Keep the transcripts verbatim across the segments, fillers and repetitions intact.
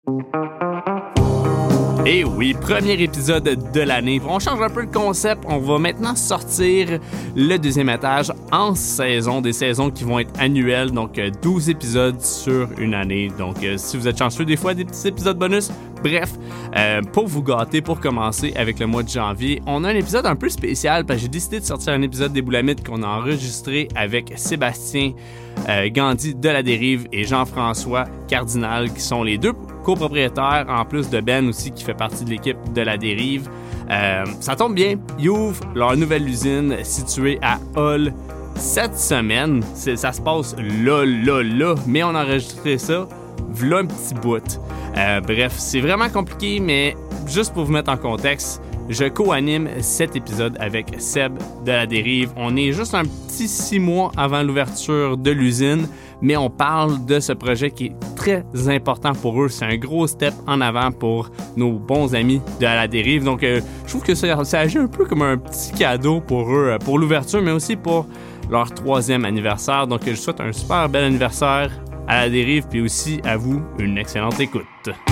Et oui, premier épisode de l'année. On change un peu le concept. On va maintenant sortir le deuxième étage en saison, des saisons qui vont être annuelles, donc douze épisodes sur une année. Donc, euh, si vous êtes chanceux, des fois, des petits épisodes bonus. Bref, euh, pour vous gâter, pour commencer avec le mois de janvier, on a un épisode un peu spécial parce que j'ai décidé de sortir un épisode des Boulamites qu'on a enregistré avec Sébastien euh, Gandhi de La Dérive et Jean-François Cardinal, qui sont les deux copropriétaires, en plus de Ben aussi, qui fait partie de l'équipe de La Dérive. Euh, ça tombe bien, ils ouvrent leur nouvelle usine située à Hull cette semaine. C'est, ça se passe là, là, là, mais on a enregistré ça v'là un petit bout. Euh, bref, c'est vraiment compliqué, mais juste pour vous mettre en contexte, je co-anime cet épisode avec Seb de La Dérive. On est juste un petit six mois avant l'ouverture de l'usine, mais on parle de ce projet qui est très important pour eux. C'est un gros step en avant pour nos bons amis de La Dérive. Donc, euh, je trouve que ça, ça agit un peu comme un petit cadeau pour eux, pour l'ouverture, mais aussi pour leur troisième anniversaire. Donc, je souhaite un super bel anniversaire à La Dérive, puis aussi à vous, une excellente écoute.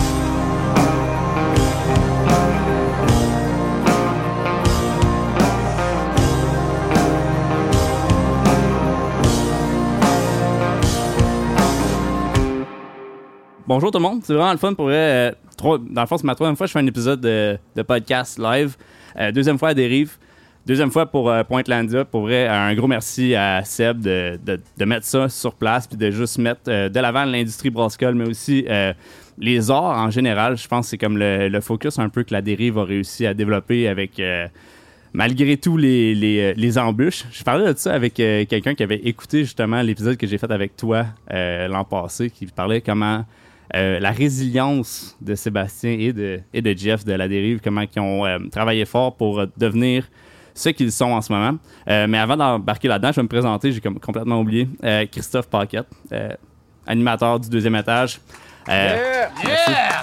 Bonjour tout le monde, c'est vraiment le fun pour vrai. Euh, trois, dans le fond, c'est ma troisième fois que je fais un épisode de, de podcast live. Euh, deuxième fois à Dérive. Deuxième fois pour euh, Pointlandia. Pour vrai, un gros merci à Seb de, de, de mettre ça sur place puis de juste mettre euh, de l'avant l'industrie brassicole, mais aussi euh, les arts en général. Je pense que c'est comme le, le focus un peu que La Dérive a réussi à développer avec... Euh, malgré tout les, les, les embûches. Je parlais de ça avec euh, quelqu'un qui avait écouté justement l'épisode que j'ai fait avec toi euh, l'an passé, qui parlait comment... Euh, la résilience de Sébastien et de, et de Jeff de La Dérive, comment ils ont euh, travaillé fort pour euh, devenir ce qu'ils sont en ce moment. Euh, mais avant d'embarquer là-dedans, je vais me présenter, j'ai comme complètement oublié. Euh, Christophe Paquette, euh, animateur du deuxième étage. Euh, yeah! Yeah!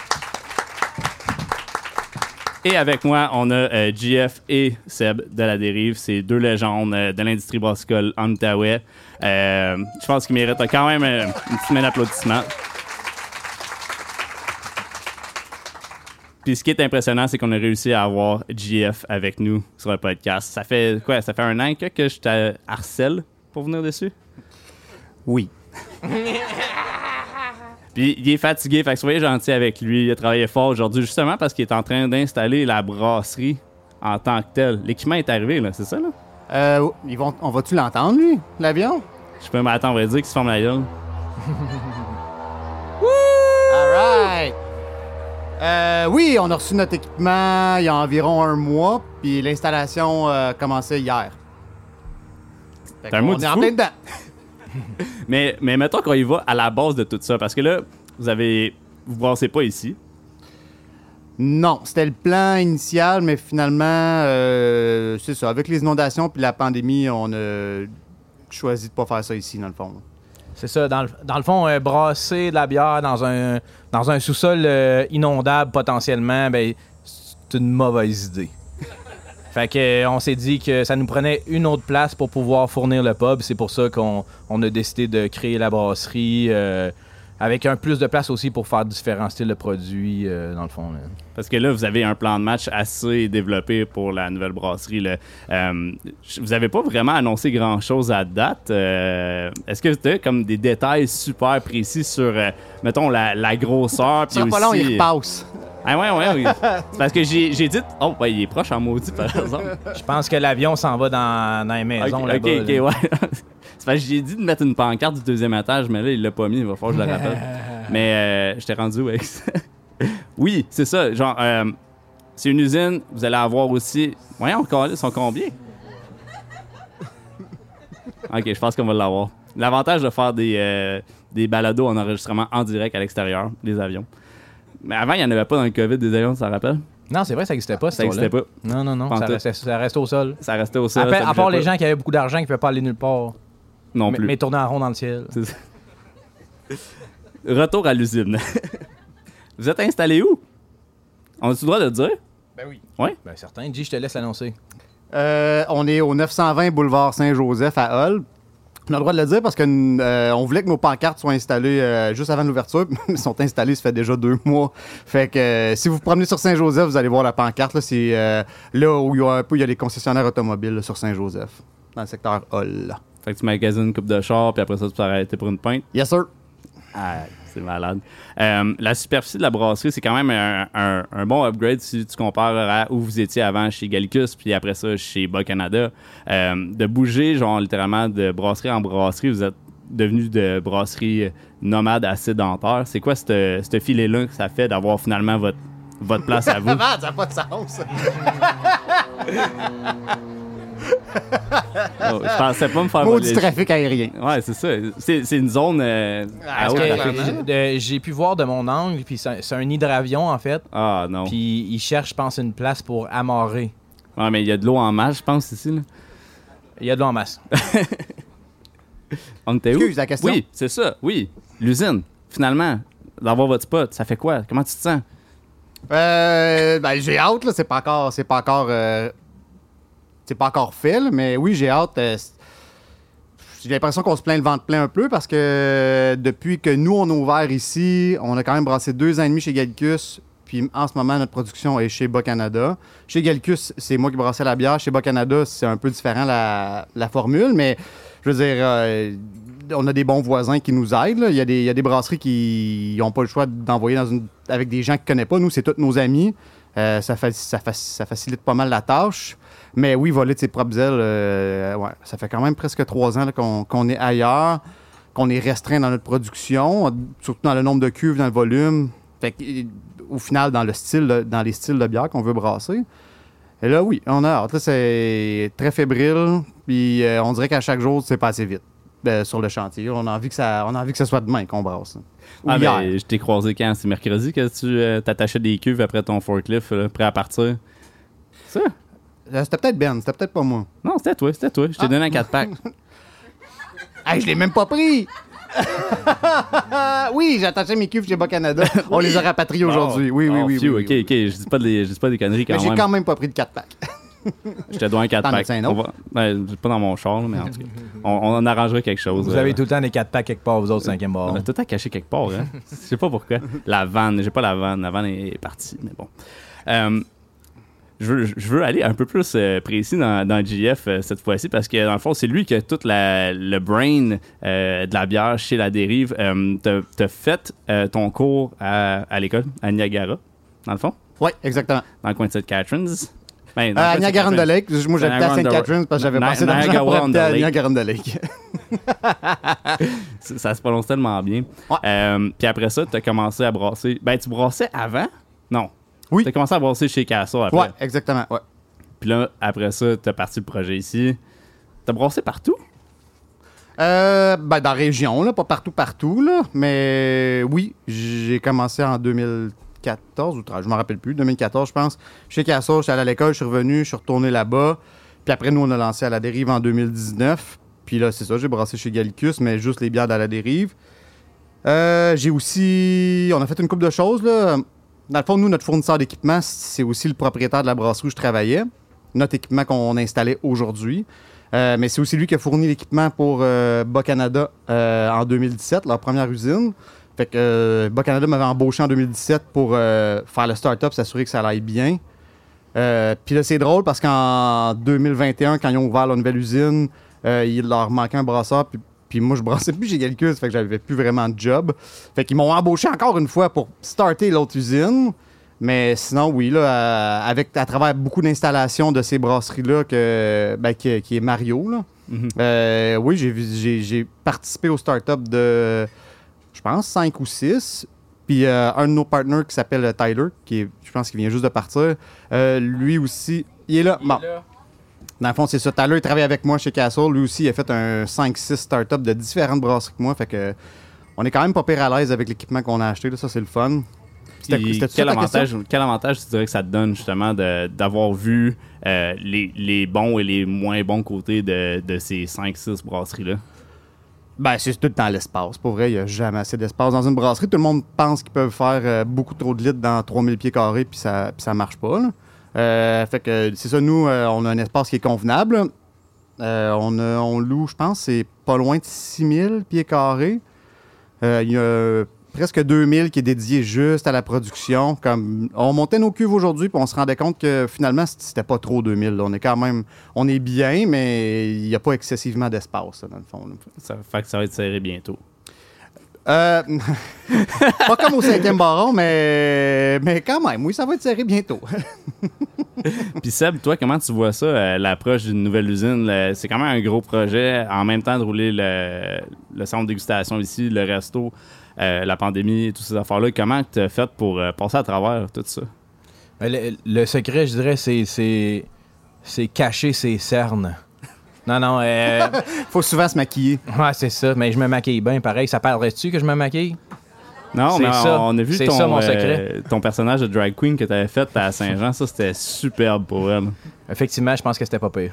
Et avec moi, on a euh, J F et Seb de La Dérive. C'est deux légendes euh, de l'industrie brassicole en Outaouais. Euh, je pense qu'ils méritent quand même euh, une petite main d'applaudissement. Puis ce qui est impressionnant, c'est qu'on a réussi à avoir J F avec nous sur le podcast. Ça fait quoi? Ça fait un an que, que je te harcèle pour venir dessus? Oui. Puis il est fatigué, fait que soyez gentil avec lui. Il a travaillé fort aujourd'hui, justement parce qu'il est en train d'installer la brasserie en tant que telle. L'équipement est arrivé, là, c'est ça, là? Euh, ils vont, on va-tu l'entendre, lui, l'avion? Je peux m'attendre, on va dire qu'il se forme la gueule. All right! Euh, oui, on a reçu notre équipement il y a environ un mois, puis l'installation a commencé hier. Fait un mot on est en plein dedans. mais, mais mettons qu'on y va à la base de tout ça, parce que là, vous avez... Vous brassez pas ici. Non, c'était le plan initial, mais finalement, euh, c'est ça. Avec les inondations puis la pandémie, on a choisi de pas faire ça ici, dans le fond. C'est ça, dans le, dans le fond, euh, brasser de la bière dans un, dans un sous-sol euh, inondable potentiellement, ben, c'est une mauvaise idée. Fait que, euh, on s'est dit que ça nous prenait une autre place pour pouvoir fournir le pub. C'est pour ça qu'on on a décidé de créer la brasserie euh, avec un plus de place aussi pour faire différents styles de produits, euh, dans le fond. Là. Parce que là, vous avez un plan de match assez développé pour la nouvelle brasserie. Là. Euh, vous n'avez pas vraiment annoncé grand-chose à date. Euh, est-ce que vous avez comme des détails super précis sur, euh, mettons, la, la grosseur? Ça sera pas long, il repasse. Ah ouais, ouais, oui. C'est parce que j'ai, j'ai dit... Oh, ben, il est proche en maudit, par exemple. Je pense que l'avion s'en va dans, dans les maisons OK, là-bas. OK, OK, là. ouais. C'est parce que j'ai dit de mettre une pancarte du deuxième étage, mais là, il l'a pas mis. Il va falloir que je le rappelle. Mais euh, je t'ai rendu où avec ça? Oui, c'est ça. Genre, euh, c'est une usine. Vous allez avoir aussi... Voyons, ils sont combien? OK, je pense qu'on va l'avoir. L'avantage de faire des, euh, des balados en enregistrement en direct à l'extérieur, les avions. Mais avant, il n'y en avait pas dans le COVID des avions, tu t'en rappelles? Non, c'est vrai, ça n'existait pas. Ça n'existait pas. Non, non, non. Ça restait, ça restait au sol. Ça restait au sol. À, ça à part pas. les gens qui avaient beaucoup d'argent qui ne pouvaient pas aller nulle part. Non mais, plus. Mais tourner en rond dans le ciel. C'est ça. Retour à l'usine. Vous êtes installé où? On a-tu le droit de le dire? Ben oui. Oui? Ben certain. G, je te laisse l'annoncer. Euh, on est au neuf cent vingt boulevard Saint-Joseph à Hull. On a le droit de le dire parce qu'on euh, voulait que nos pancartes soient installées euh, juste avant l'ouverture. Ils sont installés, ça fait déjà deux mois. Fait que euh, si vous vous promenez sur Saint-Joseph, vous allez voir la pancarte. Là, c'est euh, là où il y a un peu, il y a les concessionnaires automobiles là, sur Saint-Joseph, dans le secteur Hall. Là. Fait que tu magasines une coupe de char, puis après ça, tu peux arrêter pour une pinte. Yes, sir. Ah, c'est malade. Euh, la superficie de la brasserie, c'est quand même un, un, un bon upgrade si tu compares à où vous étiez avant chez Gallicus, puis après ça chez Bas-Canada. Euh, de bouger, genre littéralement de brasserie en brasserie, vous êtes devenu de brasserie nomade à sédentaire. C'est quoi ce filet-là que ça fait d'avoir finalement votre, votre place à vous? Ça n'a pas de sens. Oh, je pensais pas me faire Maudit voler. trafic aérien. Ouais, c'est ça. C'est, c'est une zone euh, à haut Parce que, trafic. euh, j'ai- de- j'ai pu voir de mon angle, puis c'est un- c'est un hydravion en fait. Ah non. Puis il cherche, je pense, une place pour amarrer. Ouais, mais il y a de l'eau en masse, je pense, ici. Là. Il y a de l'eau en masse. On était où? Excuse la question. Oui, c'est ça. Oui. L'usine, finalement, d'avoir votre spot, ça fait quoi? Comment tu te sens? Euh, ben, j'ai hâte, là. C'est pas encore. C'est pas encore. euh, c'est pas encore fait, là, mais oui, j'ai hâte. euh, c'est- j'ai l'impression qu'on se plaint le ventre plein un peu parce que euh, depuis que nous, on a ouvert ici, on a quand même brassé deux ans et demi chez Gallicus. Puis en ce moment, notre production est chez Bas-Canada. Chez Gallicus, c'est moi qui brassais la bière. Chez Bas-Canada, c'est un peu différent la, la formule, mais je veux dire, euh, on a des bons voisins qui nous aident. Là. Il y a des, il y a des brasseries qui n'ont pas le choix d'envoyer dans une, avec des gens qu'ils ne connaissent pas. Nous, c'est tous nos amis. Euh, ça, fa- ça, fa- ça facilite pas mal la tâche. Mais oui, voler de ses propres ailes, euh, ouais, ça fait quand même presque trois ans là, qu'on, qu'on est ailleurs, qu'on est restreint dans notre production, surtout dans le nombre de cuves, dans le volume. Fait que, au final, dans le style, de- dans les styles de bière qu'on veut brasser. Et là, oui, on a hâte. Là, c'est très fébrile. Puis euh, on dirait qu'à chaque jour, c'est pas assez vite euh, sur le chantier. On a envie que ça, on a envie que ce soit demain qu'on brasse. Ou Ah, hier. ben, je t'ai croisé quand? C'est mercredi que tu euh, t'attachais des cuves après ton forklift, là, prêt à partir? Ça? Euh, C'était peut-être Ben, c'était peut-être pas moi. Non, c'était toi, c'était toi. Je t'ai Ah. donné un quatre pack. Hey, je l'ai même pas pris! Oui, j'ai attaché mes cuves chez Bas-Canada. On les a rapatriés aujourd'hui. Oui, oui, Oh, oui. phew, oui, ok, oui. ok. Je dis pas, des- je dis pas des conneries quand Mais j'ai même. quand même pas pris de quatre packs. Je te dois un quatre T'en pack. as-tu un On autre? va- ben, pas dans mon char, là, mais en tout cas. On, on en arrangerait quelque chose. Vous euh, avez tout le temps des quatre packs quelque part, vous autres, cinquième On bord. a tout à cacher quelque part, hein. Je sais pas pourquoi. La vanne, j'ai pas la vanne. La vanne est partie, mais bon. Euh, je, veux, je veux aller un peu plus euh, précis dans, dans J F euh, cette fois-ci parce que dans le fond, c'est lui qui a tout la, le brain euh, de la bière chez La Dérive. Euh, t'as, t'as fait euh, ton cours à, à l'école, à Niagara, dans le fond, Oui, exactement. dans le coin de Sainte Catharines. Ben, dans Euh, le à coin de Niagara on the Sainte Lake. Moi, j'habitais à Niagara on the- Sainte-Catherine parce que j'avais Ni- passé d'argent Niagara pour on the habiter à Lake. Niagara on the Lake. Ça, ça se prononce tellement bien. Ouais. Euh, Puis après ça, tu as commencé à brasser. Ben, tu brassais avant? Non. Oui. Tu as commencé à brasser chez Castle après. Ouais, exactement. Ouais. Puis là, après ça, tu as parti le projet ici. Tu as brassé partout? Euh, ben, dans la région, là, pas partout, partout, là. Mais oui, j'ai commencé en deux mille quatorze ou treize, je me rappelle plus, deux mille quatorze, je pense. Chez Castle, j'étais allé à l'école, je suis revenu, je suis retourné là-bas. Puis après, nous, on a lancé à La Dérive en deux mille dix-neuf. Puis là, c'est ça, j'ai brassé chez Gallicus, mais juste les bières d'à La Dérive. Euh, j'ai aussi... On a fait une couple de choses, là. Dans le fond, nous, notre fournisseur d'équipement, c'est aussi le propriétaire de la brasserie où je travaillais. Notre équipement qu'on installait aujourd'hui. Euh, mais c'est aussi lui qui a fourni l'équipement pour euh, Bas-Canada euh, en deux mille dix-sept, leur première usine. Fait que euh, Bas-Canada m'avait embauché en deux mille dix-sept pour euh, faire le start-up, s'assurer que ça aille bien. Euh, Puis là, c'est drôle parce qu'en deux mille vingt et un, quand ils ont ouvert leur nouvelle usine, euh, il leur manquait un brasseur. Puis, puis moi, je brassais plus chez Gallicus, fait que j'avais plus vraiment de job. Fait qu'ils m'ont embauché encore une fois pour starter l'autre usine. Mais sinon, oui, là, euh, avec, à travers beaucoup d'installations de ces brasseries-là, que, ben, qui, qui est Mario, là. Mhm. Euh, oui, j'ai, j'ai, j'ai participé au start-up de, je pense, cinq ou six. Puis euh, un de nos partenaires qui s'appelle Tyler, qui est, je pense qu'il vient juste de partir, euh, lui aussi, il est là. Bon. Dans le fond, c'est ça. Tyler, il travaille avec moi chez Castle. Lui aussi, il a fait un cinq six start-up de différentes brasseries que moi. Fait que on est quand même pas pire à l'aise avec l'équipement qu'on a acheté. Là. Ça, c'est le fun. C'était- Puis c'était-tu quel, ça ta avantage, question? quel avantage tu dirais que ça te donne justement de- d'avoir vu euh, les, les bons et les moins bons côtés de, de ces cinq six brasseries-là? Ben, c'est tout dans l'espace. Pour vrai, il n'y a jamais assez d'espace. Dans une brasserie, tout le monde pense qu'ils peuvent faire euh, beaucoup trop de litres dans trois mille pieds carrés, puis ça, puis ça marche pas. Là. Euh, fait que c'est ça, nous, euh, on a un espace qui est convenable. Euh, on, a, on loue, je pense, c'est pas loin de six mille pieds carrés. Euh, il y a presque deux mille qui est dédié juste à la production. Comme, on montait nos cuves aujourd'hui, puis on se rendait compte que finalement, c'était pas trop deux mille. Là. On est quand même, on est bien, mais il n'y a pas excessivement d'espace, là, dans le fond. Là. Ça fait que ça va être serré bientôt. Euh, pas comme au cinquième baron, mais, mais quand même, oui, ça va être serré bientôt. Puis Seb, toi, comment tu vois ça, euh, l'approche d'une nouvelle usine? Le, c'est quand même un gros projet. En même temps de rouler le, le centre de dégustation ici, le resto, euh, la pandémie, toutes ces affaires-là. Comment tu as fait pour euh, passer à travers tout ça? Le, le secret, je dirais, c'est, c'est, c'est cacher ses cernes. Non, non. Euh... Faut souvent se maquiller. Ouais, c'est ça. Mais je me maquille bien, pareil. Ça parlerait-tu que je me maquille? Non, c'est mais ça. on a vu c'est ton, ça, mon secret. euh, ton personnage de drag queen que tu avais fait à Saint-Jean. Ça, c'était superbe pour elle. Effectivement, je pense que c'était pas pire.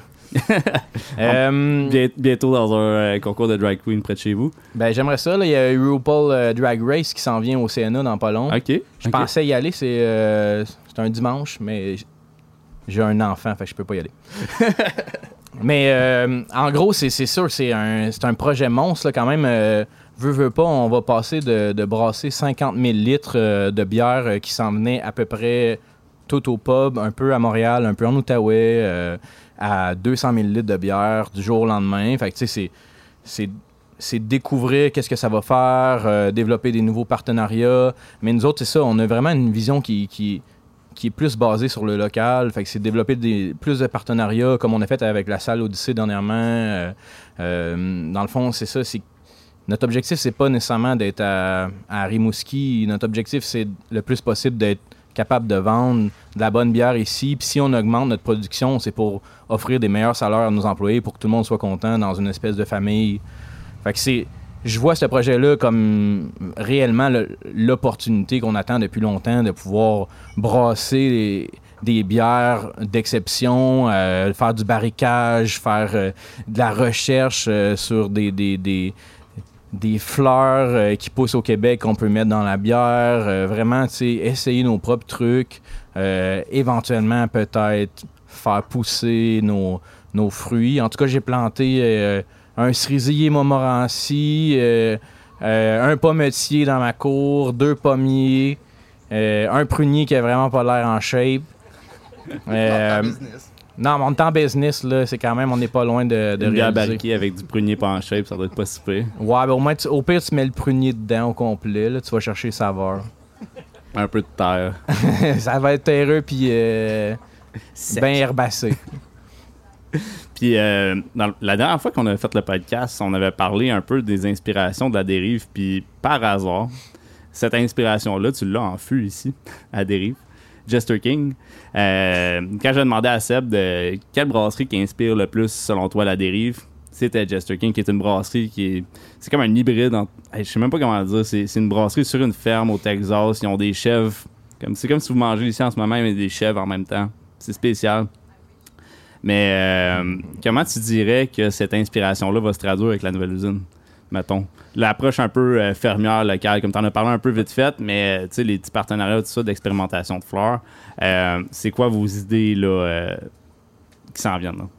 euh, Bien, bientôt dans un euh, concours de drag queen près de chez vous. Ben, j'aimerais ça. Il y a RuPaul euh, Drag Race qui s'en vient au C N A dans pas long. OK. Je okay. pensais y aller. C'est, euh, c'est un dimanche, mais j'ai un enfant, fait que je peux pas y aller. Mais euh, en gros, c'est, c'est sûr, c'est un, c'est un projet monstre là, quand même. Euh, veux, veux pas, on va passer de, de brasser cinquante mille litres euh, de bière euh, qui s'en venait à peu près tout au pub, un peu à Montréal, un peu en Outaouais, euh, à deux cent mille litres de bière du jour au lendemain. Fait que tu sais, c'est, c'est, c'est découvrir qu'est-ce que ça va faire, euh, développer des nouveaux partenariats. Mais nous autres, c'est ça, on a vraiment une vision qui... qui qui est plus basé sur le local. Fait que c'est développer des, plus de partenariats, comme on a fait avec la salle Odyssée dernièrement. Euh, euh, dans le fond, c'est ça. C'est, notre objectif, c'est pas nécessairement d'être à, à Rimouski. Notre objectif, c'est le plus possible d'être capable de vendre de la bonne bière ici. Puis si on augmente notre production, c'est pour offrir des meilleurs salaires à nos employés, pour que tout le monde soit content dans une espèce de famille. Fait que c'est... Je vois ce projet-là comme réellement le, l'opportunité qu'on attend depuis longtemps de pouvoir brasser les, des bières d'exception, euh, faire du barricage, faire euh, de la recherche euh, sur des, des, des, des fleurs euh, qui poussent au Québec qu'on peut mettre dans la bière. Euh, vraiment, tu sais, essayer nos propres trucs. Euh, éventuellement, peut-être faire pousser nos, nos fruits. En tout cas, j'ai planté... Euh, un cerisier Montmorency, euh, euh, un pommetier dans ma cour, deux pommiers, euh, un prunier qui a vraiment pas l'air en shape. Euh, non, mais on est en business, là, c'est quand même, on n'est pas loin de, de Une bière réaliser. barriquée avec du prunier pas en shape, ça doit être pas si pire. Ouais, ben au, moins, tu, au pire, tu mets le prunier dedans au complet, là, tu vas chercher saveur. Un peu de terre. Ça va être terreux puis euh, bien herbacé. Puis euh, dans, la dernière fois qu'on avait fait le podcast, on avait parlé un peu des inspirations de la dérive. Puis par hasard, cette inspiration-là, tu l'as en fût ici, à dérive. Jester King. Euh, quand j'ai demandé à Seb de quelle brasserie qui inspire le plus selon toi la dérive, c'était Jester King, qui est une brasserie qui est... C'est comme un hybride. Entre, je sais même pas comment le dire. C'est, c'est une brasserie sur une ferme au Texas. Ils ont des chèvres. Comme, c'est comme si vous mangez ici en ce moment, mais des chèvres en même temps. C'est spécial. Mais euh, comment tu dirais que cette inspiration-là va se traduire avec la nouvelle usine, mettons? L'approche un peu euh, fermière locale, comme tu en as parlé un peu vite fait, mais tu sais, les petits partenariats, tout ça, d'expérimentation de fleurs, euh, c'est quoi vos idées là, euh, qui s'en viennent? Là?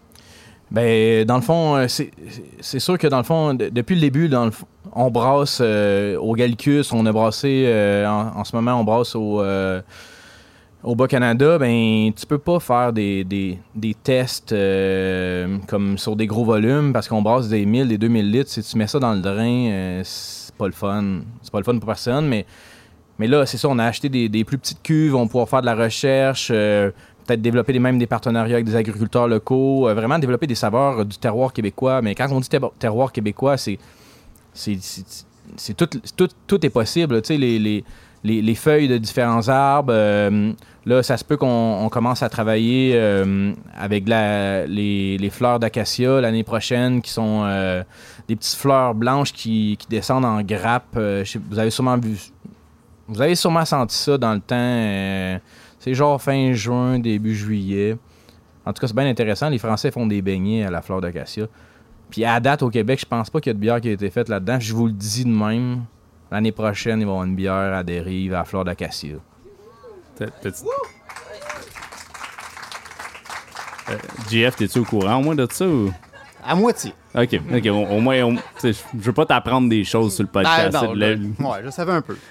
Ben, dans le fond, c'est, c'est sûr que dans le fond, de, depuis le début, dans le fond, on brasse euh, au Gallicus, on a brassé, euh, en, en ce moment, on brasse au... Euh, Au Bas-Canada, ben, tu peux pas faire des, des, des tests euh, comme sur des gros volumes parce qu'on brasse des mille, des deux mille litres. Si tu mets ça dans le drain, euh, c'est pas le fun. C'est pas le fun pour personne, mais, mais là, c'est ça, on a acheté des, des plus petites cuves, on va pouvoir faire de la recherche, euh, peut-être développer des, même des partenariats avec des agriculteurs locaux, euh, vraiment développer des saveurs du terroir québécois. Mais quand on dit ter- terroir québécois, c'est, c'est, c'est, c'est tout, tout, tout est possible. Tu sais, les... les Les, les feuilles de différents arbres. Euh, là, ça se peut qu'on on commence à travailler euh, avec la, les, les fleurs d'acacia l'année prochaine, qui sont euh, des petites fleurs blanches qui, qui descendent en grappe. Euh, je sais, vous avez sûrement vu, vous avez sûrement senti ça dans le temps. Euh, c'est genre fin juin, début juillet. En tout cas, c'est bien intéressant. Les Français font des beignets à la fleur d'acacia. Puis à date, au Québec, je pense pas qu'il y a de bière qui a été faite là-dedans. Je vous le dis de même. L'année prochaine, il va y avoir une bière à dérive à la fleur d'acacia. T'as, t'as-tu... Euh, J F, t'es-tu au courant au moins de ça ou? À moitié. OK, OK. Au, au moins, au- tu sais, je veux pas t'apprendre des choses sur le podcast. Ah, non, c'est de la- je- ouais, je savais un peu.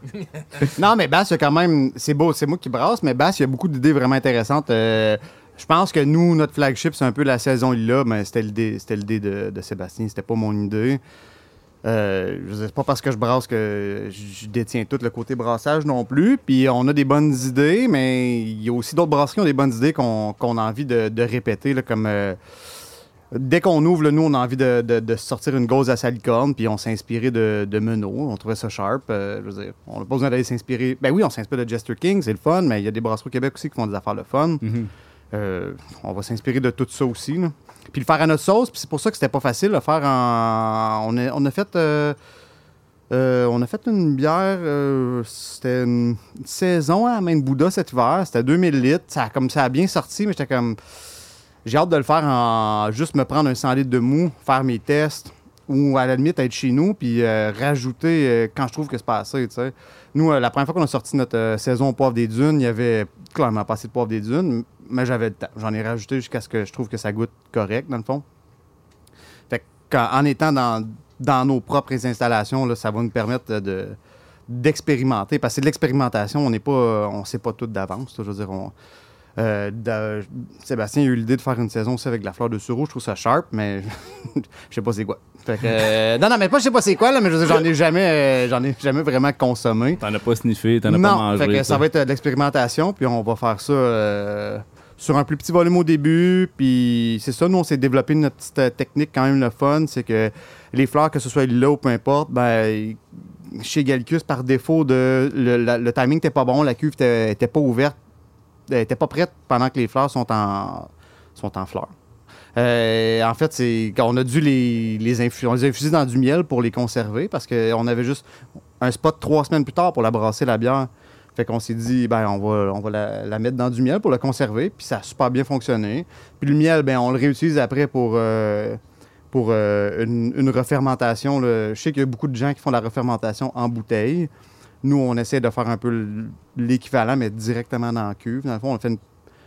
Non, mais Bass, il y a quand même. C'est beau, c'est moi qui brasse, mais Bass, il y a beaucoup d'idées vraiment intéressantes. Euh, je pense que nous, notre flagship, c'est un peu la saison là, mais c'était l'idée, c'était l'idée de, de Sébastien, c'était pas mon idée. Euh, je veux dire, c'est pas parce que je brasse que je détiens tout le côté brassage non plus. Puis on a des bonnes idées, mais il y a aussi d'autres brasseries qui ont des bonnes idées qu'on qu'on a envie de, de répéter, là, comme. euh, Dès qu'on ouvre, là, nous, on a envie de, de- de sortir une gauze à salicorne, puis on s'est inspiré de, de Menot. On trouvait ça sharp. euh, je veux dire, on n'a pas besoin d'aller s'inspirer. Ben oui, on s'inspire de Jester King, c'est le fun, mais il y a des brasseries au Québec aussi qui font des affaires le fun. Mhm. Euh, on va s'inspirer de tout ça aussi, là. Puis le faire à notre sauce, puis c'est pour ça que c'était pas facile de le faire en. On a, on a fait. euh, euh, on a fait une bière, euh, c'était une saison à la main de Bouddha cet hiver, c'était deux mille litres, ça a, comme, ça a bien sorti, mais j'étais comme, j'ai hâte de le faire en juste me prendre un cent litres de mou, faire mes tests, ou à la limite être chez nous, puis euh, rajouter euh, quand je trouve que c'est pas assez, tu sais. Nous, euh, la première fois qu'on a sorti notre euh, saison au poivre des dunes, il y avait clairement pas assez de poivre des dunes, mais j'avais le temps. J'en ai rajouté jusqu'à ce que je trouve que ça goûte correct, dans le fond. Fait que, quand- en étant dans, dans nos propres installations, là, ça va nous permettre de, d'expérimenter. Parce que c'est de l'expérimentation, on n'est pas, on sait pas tout d'avance. là. Je veux dire, on, euh, de- Sébastien a eu l'idée de faire une saison aussi avec de la fleur de sureau. Je trouve ça sharp, mais je sais pas c'est quoi. Fait que, euh, non, non, mais pas je sais pas c'est quoi, là, mais je veux dire, j'en ai jamais, euh, j'en ai jamais vraiment consommé. T'en as pas sniffé, t'en as non, pas mangé. fait que ça ça. va être euh, de l'expérimentation, puis on va faire ça euh, sur un plus petit volume au début, puis c'est ça, nous, on s'est développé notre petite euh, technique quand même le fun, c'est que les fleurs, que ce soit là ou peu importe, ben, chez Gallicus, par défaut, de le, la- le timing n'était pas bon, la cuve n'était pas ouverte, elle était pas prête pendant que les fleurs sont en, sont en fleurs. Euh, en fait, c'est qu'on a dû les, les, infuser, on les a infusés dans du miel pour les conserver parce qu'on avait juste un spot trois semaines plus tard pour la brasser, la bière. Fait qu'on s'est dit, ben, on va, on va la, la mettre dans du miel pour la conserver, puis ça a super bien fonctionné. Puis le miel, ben, on le réutilise après pour, euh, pour euh, une, une refermentation. Là. Je sais qu'il y a beaucoup de gens qui font la refermentation en bouteille. Nous, on essaie de faire un peu l'équivalent, mais directement dans la cuve. Dans le fond, on fait une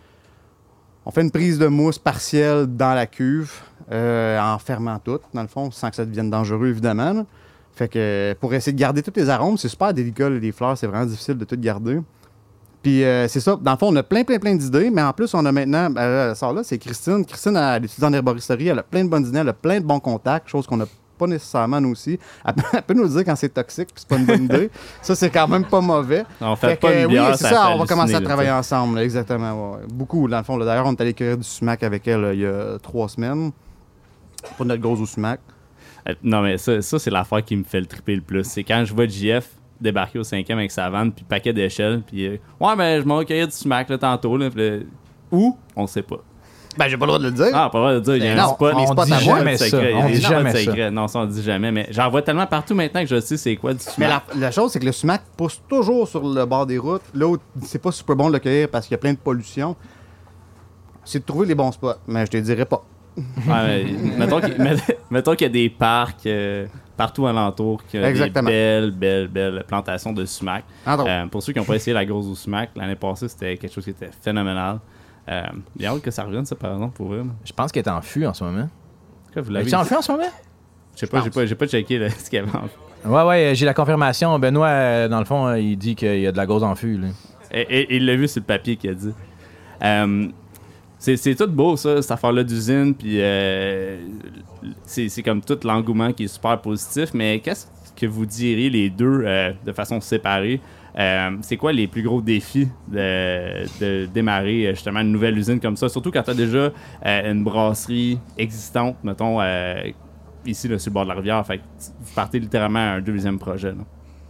On fait une prise de mousse partielle dans la cuve, euh, en fermant tout, dans le fond, sans que ça devienne dangereux, évidemment. là. Fait que pour essayer de garder tous les arômes, c'est super délicat, là, les fleurs, c'est vraiment difficile de tout garder. Puis euh, c'est ça, dans le fond, on a plein, plein, plein d'idées, mais en plus, on a maintenant, ben, là, ça là, c'est Christine. Christine, elle étudie en herboristerie, elle a plein de bonnes idées, elle a plein de bons contacts, chose qu'on n'a pas nécessairement nous aussi. Elle peut, elle peut nous le dire quand c'est toxique, puis c'est pas une bonne idée. Ça, c'est quand même pas mauvais. On fait, Fait pas que, une oui, bière, c'est ça, ça, fait on va commencer à halluciner, travailler là, ensemble, là, exactement. ouais, ouais. Beaucoup, dans le fond. là. D'ailleurs, on est allé cueillir du sumac avec elle là, il y a trois semaines. Pas notre grosse au sumac. Euh, Non, mais ça, ça c'est l'affaire qui me fait le triper le plus. C'est quand je vois J F débarquer au cinquième avec sa vanne, puis paquet d'échelles, puis euh, ouais, ben, je m'en vais cueillir du sumac là, tantôt. Là, puis là, où on sait pas. Ben, j'ai pas le droit de le dire. Ah, pas le droit de dire, il y a Ben un non, spot. on les spots dit à moi, jamais le ça. secret, il y a On des dit spots jamais ça. secrets. Non, ça, on dit jamais. Mais j'en vois tellement partout maintenant que je sais c'est quoi du sumac. Mais la, la chose, c'est que le sumac pousse toujours sur le bord des routes. Là où c'est pas super bon de le cueillir parce qu'il y a plein de pollution, c'est de trouver les bons spots. Mais je te dirais pas. Ouais, mais mettons qu'il met- mettons qu'il y a des parcs euh, partout alentour, qu'il y a Exactement. des belles, belles, belles plantations de sumac. Entre autres. Euh, pour ceux qui n'ont pas essayé la grosse au sumac, l'année passée, c'était quelque chose qui était phénoménal. Euh, il y a hâte que ça revienne, ça, par exemple, pour eux. Je pense qu'elle est en fût en ce moment. Quoi, vous l'avez Es-tu en fût en ce moment? Je sais pas, j'ai pas, j'ai pas checké là, ce qu'il y avait en fût. Ouais, ouais, j'ai la confirmation. Benoît, euh, dans le fond, euh, il dit qu'il y a de la gauze en fût. Là. Et, et- il l'a vu sur le papier qu'il a dit. Euh, c'est, c'est tout beau, ça, cette affaire-là d'usine, puis euh, c'est, c'est comme tout l'engouement qui est super positif, mais qu'est-ce que vous diriez les deux euh, de façon séparée? Euh, c'est quoi les plus gros défis de, de démarrer euh, justement une nouvelle usine comme ça? Surtout quand tu as déjà euh, une brasserie existante, mettons, euh, ici là, sur le bord de la rivière. Fait que vous partez littéralement à un deuxième projet. Là.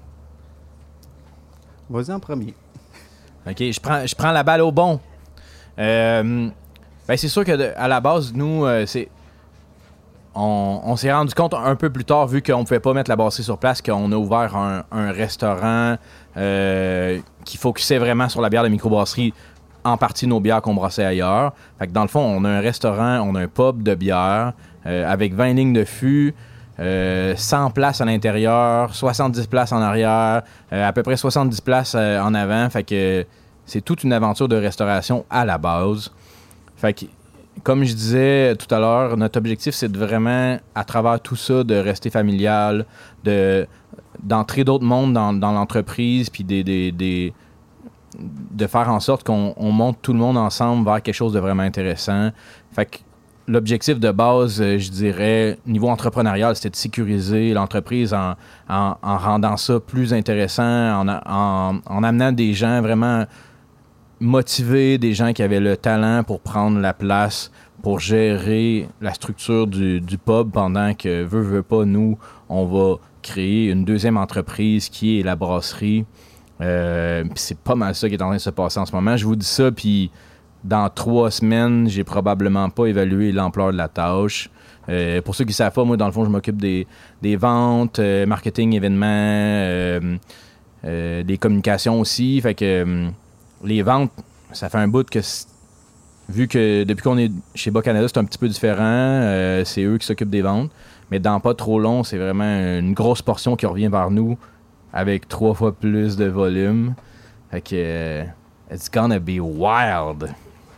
Vas-y en premier. OK, je prends, je prends la balle au bon. Euh, ben c'est sûr que de- à la base, nous, euh, c'est on, on s'est rendu compte un peu plus tard, vu qu'on ne pouvait pas mettre la brasserie sur place, qu'on a ouvert un, un restaurant euh, qui focusait vraiment sur la bière de microbrasserie, en partie nos bières qu'on brassait ailleurs. Fait que dans le fond, on a un restaurant, on a un pub de bière euh, avec vingt lignes de fût, euh, cent places à l'intérieur, soixante-dix places en arrière, euh, à peu près soixante-dix places euh, en avant. Fait que c'est toute une aventure de restauration à la base. Fait que comme je disais tout à l'heure, notre objectif, c'est de vraiment, à travers tout ça, de rester familial, de, d'entrer d'autres mondes dans, dans l'entreprise, puis des, des, des, de faire en sorte qu'on on monte tout le monde ensemble vers quelque chose de vraiment intéressant. Fait que l'objectif de base, je dirais, niveau entrepreneurial, c'était de sécuriser l'entreprise en, en, en rendant ça plus intéressant, en, en, en amenant des gens vraiment motivés, des gens qui avaient le talent pour prendre la place, pour gérer la structure du, du pub pendant que, veut, veut pas, nous, on va créer une deuxième entreprise qui est la brasserie. Euh, puis c'est pas mal ça qui est en train de se passer en ce moment. Je vous dis ça, puis dans trois semaines, j'ai probablement pas évalué l'ampleur de la tâche. Euh, pour ceux qui ne savent pas, moi, dans le fond, je m'occupe des, des ventes, euh, marketing, événements, euh, euh, des communications aussi. Fait que euh, les ventes, ça fait un bout que, vu que depuis qu'on est chez Bas-Canada, c'est un petit peu différent. Euh, c'est eux qui s'occupent des ventes. Mais dans pas trop long, c'est vraiment une grosse portion qui revient vers nous avec trois fois plus de volume. Fait que euh, it's gonna be wild.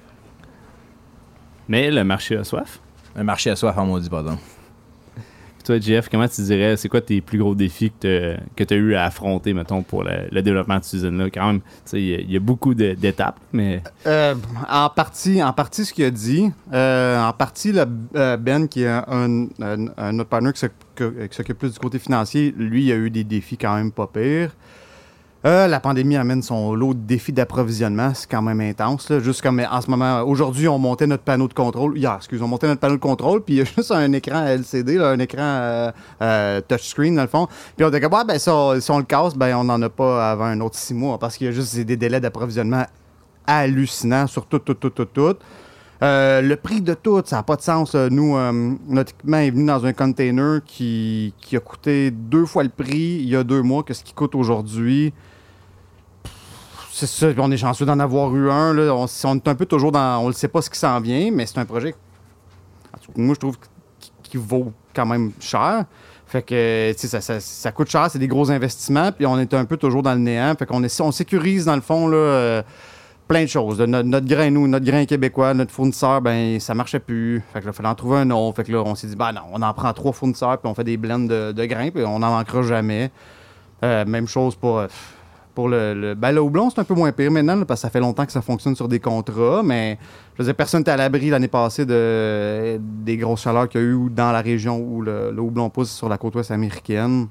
Mais le marché a soif. Un marché à soif en maudit, pardon. Puis toi, Jeff, comment tu dirais, c'est quoi tes plus gros défis que tu as eu à affronter, mettons, pour le, le développement de cette usine-là? Quand même, tu sais, il y, y a beaucoup de, d'étapes, mais... Euh, en partie, en partie, ce qu'il a dit. Euh, en partie, le, euh, Ben, qui est un, un, un autre partner qui s'occupe, qui s'occupe plus du côté financier, lui, il a eu des défis quand même pas pires. Euh, la pandémie amène son lot de défis d'approvisionnement. C'est quand même intense. Là. Juste comme en ce moment, aujourd'hui, on montait notre panneau de contrôle. Hier, excuse, on montait notre panneau de contrôle, puis il y a juste un écran L C D, là, un écran euh, euh, touchscreen, dans le fond. Puis on était comme, ouais, ben, ça, si on le casse, ben, on n'en a pas avant un autre six mois, parce qu'il y a juste des délais d'approvisionnement hallucinants sur tout, tout, tout, tout, tout. Euh, le prix de tout, ça n'a pas de sens. Nous, euh, notre équipement est venu dans un container qui, qui a coûté deux fois le prix il y a deux mois que ce qui coûte aujourd'hui. C'est ça, on est chanceux d'en avoir eu un. Là. On, on est un peu toujours dans... On ne sait pas ce qui s'en vient, mais c'est un projet... Moi, je trouve qu'il vaut quand même cher. Fait que, tu sais, ça, ça, ça coûte cher, c'est des gros investissements, puis on est un peu toujours dans le néant. Fait qu'on est, on sécurise, dans le fond, là... Euh, plein de choses. Notre, notre grain, nous, notre grain québécois, notre fournisseur, ben ça marchait plus. Fait que là, il fallait en trouver un autre. Fait que là, on s'est dit, ben non, on en prend trois fournisseurs, puis on fait des blends de, de grains, puis on n'en manquera jamais. Euh, même chose pour, pour le, le... Ben le houblon, c'est un peu moins pire maintenant, là, parce que ça fait longtemps que ça fonctionne sur des contrats, mais je veux dire, personne n'était à l'abri l'année passée de, des grosses chaleurs qu'il y a eu dans la région où le, le houblon pousse sur la côte ouest américaine.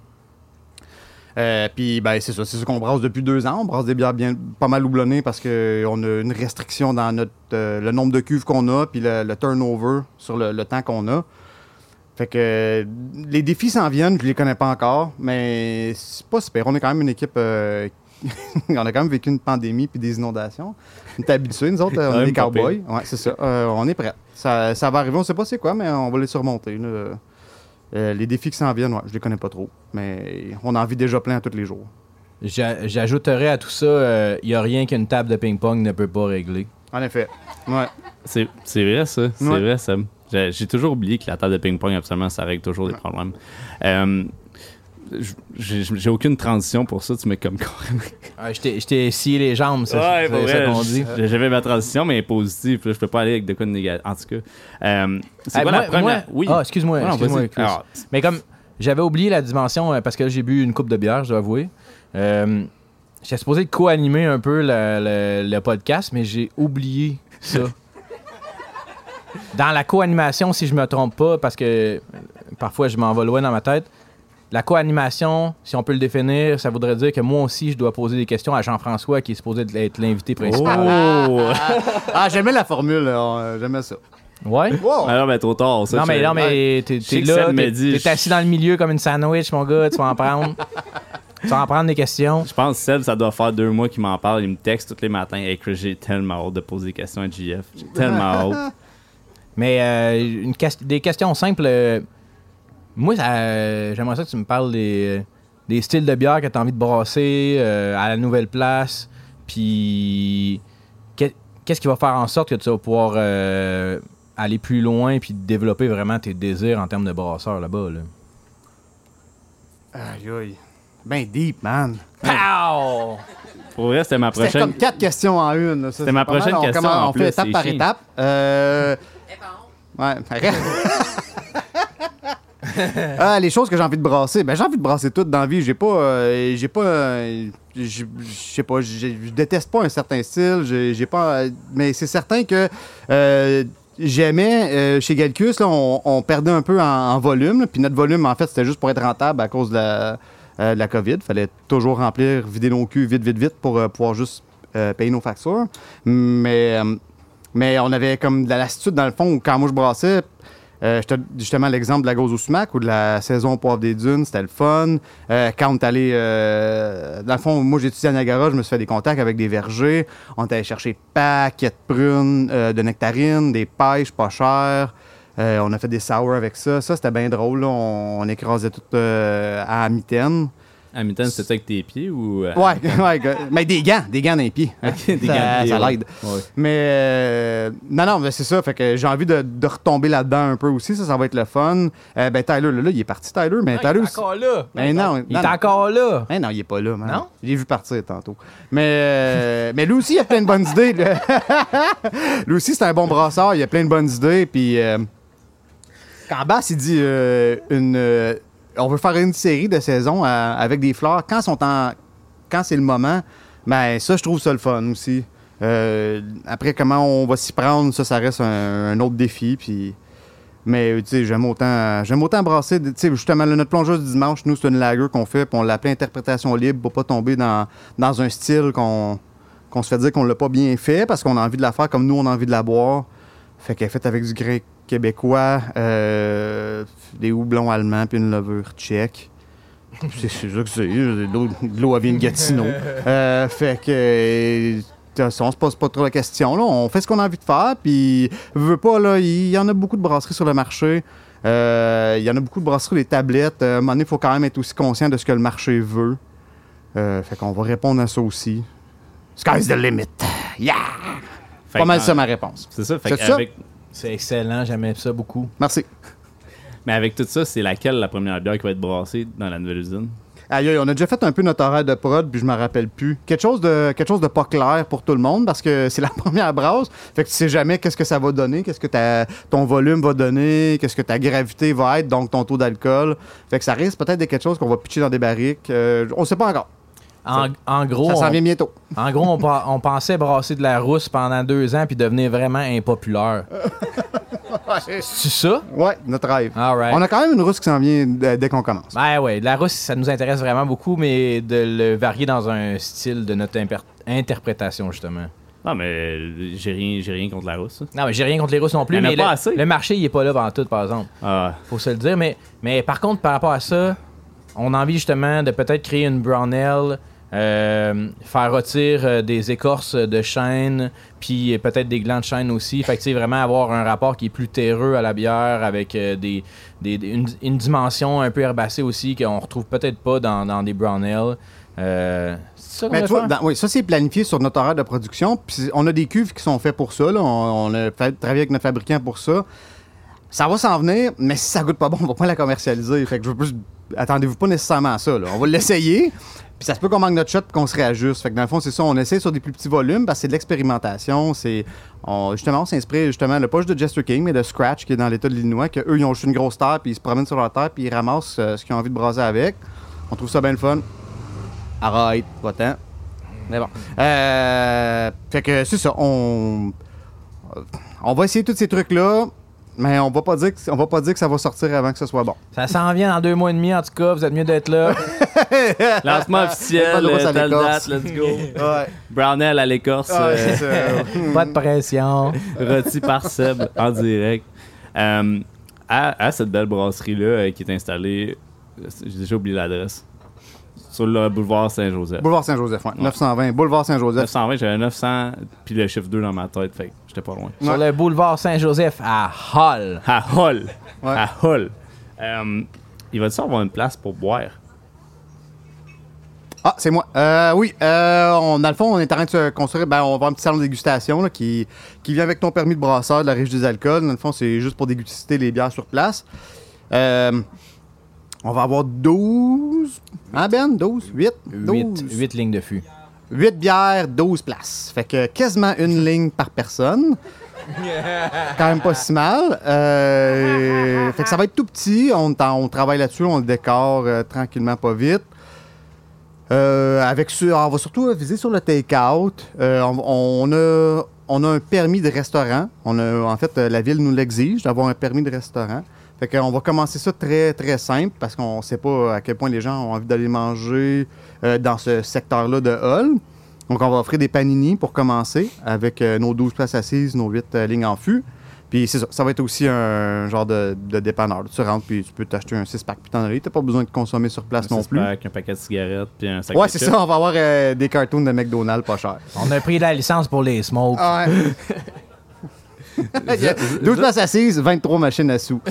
Euh, Puis, ben, c'est ça, c'est ça qu'on brasse depuis deux ans. On brasse des bières bien, pas mal houblonnées parce qu'on a une restriction dans notre, euh, le nombre de cuves qu'on a, puis le, le turnover sur le, le temps qu'on a. Fait que euh, les défis s'en viennent, je les connais pas encore, mais c'est pas super. On est quand même une équipe. Euh, on a quand même vécu une pandémie puis des inondations. On est habitués, nous autres, on est des cowboys. Ouais, c'est ça. Euh, on est prêts. Ça, ça va arriver, on sait pas c'est quoi, mais on va les surmonter. Là. Euh, les défis qui s'en viennent, ouais, je les connais pas trop. Mais on en vit déjà plein à tous les jours. J'a- j'ajouterais à tout ça, il euh, n'y a rien qu'une table de ping-pong ne peut pas régler. En effet. Ouais. C'est, c'est vrai, ça. C'est ouais. vrai, ça. J'ai, j'ai toujours oublié que la table de ping-pong, absolument, ça règle toujours des ouais. problèmes. Euh, j'ai, j'ai aucune transition pour ça. Tu mets comme... ah, je, t'ai, je t'ai scié les jambes, ça. Ouais, c'est, c'est ça qu'on dit. J'avais ma transition, mais positive. Là, je peux pas aller avec de quoi de négatif. En tout cas, euh, c'est hey, quoi moi, la première... Moi, oui. Ah, excuse-moi. Non, excuse-moi Alors, mais comme j'avais oublié la dimension, euh, parce que là, j'ai bu une coupe de bière, je dois avouer. Euh, j'étais supposé de co-animer un peu le, le, le podcast, mais j'ai oublié ça. Dans la co-animation, si je me trompe pas, parce que parfois je m'en vais loin dans ma tête, la co-animation, si on peut le définir, ça voudrait dire que moi aussi, je dois poser des questions à Jean-François, qui est supposé être l'invité principal. Oh! ah, j'aimais la formule, là. J'aimais ça. Ouais? Wow. Alors, ben, trop tard. Ça, non, mais, non, mais t'es, t'es là, t'es, dit, t'es assis dans le milieu comme une sandwich, mon gars, tu vas en prendre. Tu vas en prendre des questions. Je pense que Seb, ça doit faire deux mois qu'il m'en parle. Il me texte tous les matins. Hey, Chris, j'ai tellement hâte de poser des questions à J F. J'ai tellement hâte. Mais euh, une que- des questions simples. Euh, moi, ça, euh, j'aimerais ça que tu me parles des, des styles de bière que tu as envie de brasser euh, à la nouvelle place. Puis, que- qu'est-ce qui va faire en sorte que tu vas pouvoir euh, aller plus loin puis développer vraiment tes désirs en termes de brasseur là-bas? Là. Aïe, aïe. Ben deep, man. Pow! Pour vrai, c'était ma prochaine... C'était comme quatre questions en une. là. Ça, C'était ma pas mal. prochaine on question, commence- en On plus, fait étape c'est par chiant. étape. Euh, Ouais, arrête. Ah, les choses que j'ai envie de brasser. Ben, j'ai envie de brasser toutes dans la vie. J'ai pas. Euh, j'ai pas. Euh, je sais pas. Je déteste pas un certain style. J'ai, j'ai pas. Euh, mais c'est certain que. Euh, J'aimais, euh, chez Gallicus, là, on, on perdait un peu en, en volume. Puis notre volume, en fait, c'était juste pour être rentable à cause de la, euh, de la COVID. Il fallait toujours remplir, vider nos culs vite, vite, vite pour euh, pouvoir juste euh, payer nos factures. Mais, euh, mais on avait comme de la lassitude, dans le fond, où quand moi je brassais, euh, je te justement l'exemple de la gauze au sumac ou de la saison poivre des dunes, c'était le fun. Euh, quand on est allé, euh, dans le fond, moi j'ai étudié à Niagara, je me suis fait des contacts avec des vergers. On est allé chercher paquets de prunes, euh, de nectarines, des pêches pas chères. Euh, on a fait des sours avec ça. Ça, c'était bien drôle. Là. On, on écrasait tout euh, à mitaine. À mi-temps, c'était avec tes pieds ou. Euh... Ouais, ouais, mais des gants, des gants dans les pieds. Okay, des ça, gants ça ouais. l'aide. Ouais. Mais euh, non, non, mais c'est ça. Fait que j'ai envie de, de retomber là-dedans un peu aussi. Ça, ça va être le fun. Euh, ben Tyler, là, là, il est parti, Tyler. Mais Non, Tyler, il est encore là. Ben non, Il non, est non. encore là. Ben non, il est pas là, man. Non? Je l'ai vu partir tantôt. Mais, euh, mais lui aussi, il a plein de bonnes idées. Là. Lui aussi, c'est un bon brasseur. Il a plein de bonnes idées. Puis euh, quand Bass, il dit euh, une. Euh, on veut faire une série de saisons à- avec des fleurs. Quand, sont en, quand c'est le moment, ben ça, je trouve ça le fun aussi. Euh, après, comment on va s'y prendre, ça, ça reste un, un autre défi. Puis, mais tu sais, j'aime autant, j'aime autant brasser. Tu sais, justement, là, notre plongeuse du dimanche, nous, c'est une lager qu'on fait, puis on l'appelait interprétation libre pour pas tomber dans, dans un style qu'on, qu'on se fait dire qu'on l'a pas bien fait parce qu'on a envie de la faire comme nous, on a envie de la boire. Fait qu'elle est faite avec du grain québécois, euh, des houblons allemands, puis une levure tchèque. C'est c'est ça que c'est. De l'eau- de l'eau, elle vient de Gatineau. Euh, fait que. euh, on se pose pas trop la question. Là. On fait ce qu'on a envie de faire. Puis, veux pas, là, il y en a beaucoup de brasseries sur le marché. Euh, Il y en a beaucoup de brasseries, des tablettes. Euh, à un moment donné, il faut quand même être aussi conscient de ce que le marché veut. Euh, fait qu'on va répondre à ça aussi. Sky's the limit. Yeah! Fait Pas que, mal euh, ça, ma réponse. C'est ça. Fait C'est que ça? avec- C'est excellent, j'aimais ça beaucoup. Merci. Mais avec tout ça, c'est laquelle la première bière qui va être brassée dans la nouvelle usine? Aïe, aïe, on a déjà fait un peu notre horaire de prod, puis je me rappelle plus. Quelque chose de quelque chose de pas clair pour tout le monde, parce que c'est la première brasse. Fait que tu sais jamais qu'est-ce que ça va donner, qu'est-ce que ta, ton volume va donner, qu'est-ce que ta gravité va être, donc ton taux d'alcool. Fait que ça risque peut-être d'être quelque chose qu'on va pitcher dans des barriques. Euh, on sait pas encore. En, en gros, Ça s'en on, vient bientôt. en gros on, pa- on pensait brasser de la rousse pendant deux ans puis devenir vraiment impopulaire. C'est ça? Ouais, notre rêve. All right. On a quand même une rousse qui s'en vient d- dès qu'on commence. Ben ouais, de la rousse, ça nous intéresse vraiment beaucoup, mais de le varier dans un style de notre imper- interprétation, justement. Non, mais euh, j'ai rien, j'ai rien contre la rousse. ça. Non, mais j'ai rien contre les rousses non plus, Il y en a mais pas le, assez. le marché, il est pas là pendant tout, par exemple. Ah, Faut se le dire. Mais, mais par contre, par rapport à ça, on a envie justement de peut-être créer une brown ale, euh, faire rôtir euh, des écorces de chêne, puis euh, peut-être des glands de chêne aussi. Fait que tu sais, vraiment avoir un rapport qui est plus terreux à la bière avec euh, des, des, des- une, une dimension un peu herbacée aussi qu'on retrouve peut-être pas dans, dans des brown ale. Euh, c'est ça qu'on Mais va tu vois, faire? dans- oui, ça c'est planifié sur notre horaire de production. Puis on a des cuves qui sont faites pour ça. Là. On, on a fait- travaillé avec notre fabricant pour ça. Ça va s'en venir, mais si ça goûte pas bon, on va pas la commercialiser. Fait que je veux plus. Attendez-vous pas nécessairement à ça. Là. On va l'essayer. Puis ça se peut qu'on manque notre shot et qu'on se réajuste. Fait que dans le fond, c'est ça. On essaie sur des plus petits volumes parce que c'est de l'expérimentation. C'est on- justement, on s'inspire justement le poche de Jester King, mais de Scratch qui est dans l'État de l'Illinois, qu'eux, ils ont juste une grosse terre, puis ils se promènent sur leur terre, puis ils ramassent euh, ce qu'ils ont envie de brasser avec. On trouve ça bien le fun. Arrête, va-t'en. Mais bon. Euh, fait que c'est ça. On, on va essayer tous ces trucs-là, mais on va pas dire que, on va pas dire que ça va sortir avant que ce soit bon. Ça s'en vient dans deux mois et demi, en tout cas. Vous êtes mieux d'être là. lancement Pas officiel, de rousse à euh, telle l'écorce. date, let's go. Ouais. Brownell à l'écorce, Ouais, euh, c'est ça. Pas de pression. rôti par Seb en direct. Euh, à, à cette belle brasserie-là euh, qui est installée, euh, j'ai déjà oublié l'adresse, sur le boulevard Saint-Joseph. Boulevard Saint-Joseph, ouais. neuf cent vingt. Boulevard Saint-Joseph. neuf cent vingt, j'avais neuf cents, puis le chiffre deux dans ma tête, fait que j'étais pas loin. Sur le boulevard Saint-Joseph à Hall. À Hull. Ouais. À Hull. Euh, il va-tu avoir une place pour boire? Ah, c'est moi. Euh, oui, euh, on, dans le fond, on est en train de se construire. Ben, on va avoir un petit salon de dégustation là, qui, qui vient avec ton permis de brasseur de la Riche des alcools. Dans le fond, c'est juste pour déguster les bières sur place. Euh, on va avoir douze. Hein, Ben? douze? huit? douze. huit lignes de fût. huit bières, douze places. Fait que quasiment une ligne par personne. quand même pas si mal. Euh, fait que ça va être tout petit. On, on travaille là-dessus, on le décore euh, tranquillement, pas vite. Euh, avec ce, on va surtout viser sur le take-out. Euh, on, on, a, on a un permis de restaurant. On a, en fait, la ville nous l'exige d'avoir un permis de restaurant. Fait qu'on va commencer ça très, très simple parce qu'on ne sait pas à quel point les gens ont envie d'aller manger euh, dans ce secteur-là de Hull. Donc, on va offrir des panini pour commencer avec euh, nos douze places assises, nos huit euh, lignes en fût. Puis c'est ça, ça va être aussi un genre de, de dépanneur. Tu rentres puis tu peux t'acheter un six-pack puis t'en aller. T'as pas besoin de consommer sur place un non plus. Un paquet de cigarettes puis un sac Ouais, de c'est chips. ça. On va avoir euh, des cartoons de McDonald's pas chers. On a pris la licence pour les smokes. Ah ouais. douze places assises, vingt-trois machines à sous.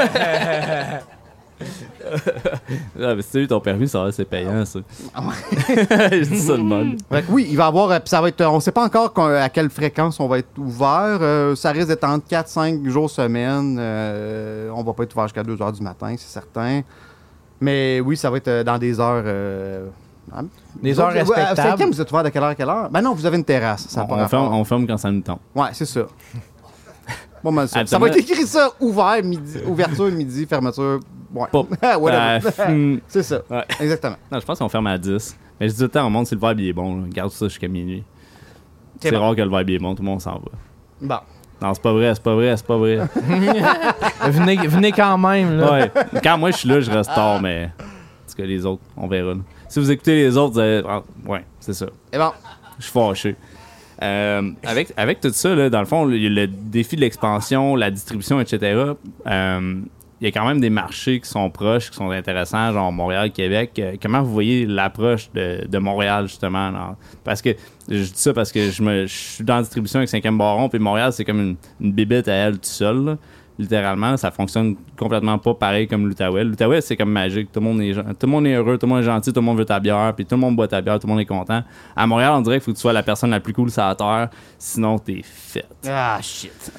Ah, mais si tu as eu ton permis, ça va, c'est payant, ça. Je dis ça de même. Fait que oui, il va y avoir. euh, puis ça va être. On sait pas encore qu'on- à quelle fréquence on va être ouvert. Euh, ça risque d'être entre quatre cinq jours semaine. Euh, on va pas être ouvert jusqu'à deux heures du matin, c'est certain. Mais oui, ça va être euh, dans des heures. euh, hein? Des Vous heures autres, euh, respectables. à cinquième, vous êtes ouvert de quelle heure à quelle heure? Ben non, vous avez une terrasse. Ça a pas On, on, rapport. ferme, on ferme quand ça nous tente. Ouais, c'est ça. Bon, ben, ça. Absolument. Ça va être écrit ça, ouvert, midi, ouverture, midi, fermeture. Ouais. Pas- Whatever. Euh, hmm. C'est ça. Ouais. Exactement. Non, je pense qu'on ferme à dix. Mais je dis tout le temps, on monte si le vibe il est bon. Là. Garde ça jusqu'à minuit. C'est C'est bon. rare que le vibe il est bon, tout le monde s'en va. Bon. Non, c'est pas vrai, c'est pas vrai, c'est pas vrai. venez, venez quand même, là. Ouais. Quand moi je suis là, je reste tard, mais. Parce que les autres, on verra. là. Si vous écoutez les autres, vous allez. Ah, ouais, c'est ça. Et bon. Je suis fâché. Euh, avec, avec tout ça, là, dans le fond, le, le défi de l'expansion, la distribution, et cetera, euh, il y a quand même des marchés qui sont proches, qui sont intéressants, genre Montréal, Québec. Euh, comment vous voyez l'approche de, de Montréal, justement? Là? Parce que, je dis ça parce que je, me, je suis dans la distribution avec cinquième Baron, puis Montréal, c'est comme une, une bébête à elle tout seul, là. Littéralement, ça fonctionne complètement pas pareil comme l'Outaouais. L'Outaouais, c'est comme magique. Tout le monde est tout le monde est heureux, tout le monde est gentil, tout le monde veut ta bière, puis tout le monde boit ta bière, tout le monde est content. À Montréal, on dirait qu'il faut que tu sois la personne la plus cool sur la terre, sinon t'es fait. Ah, shit.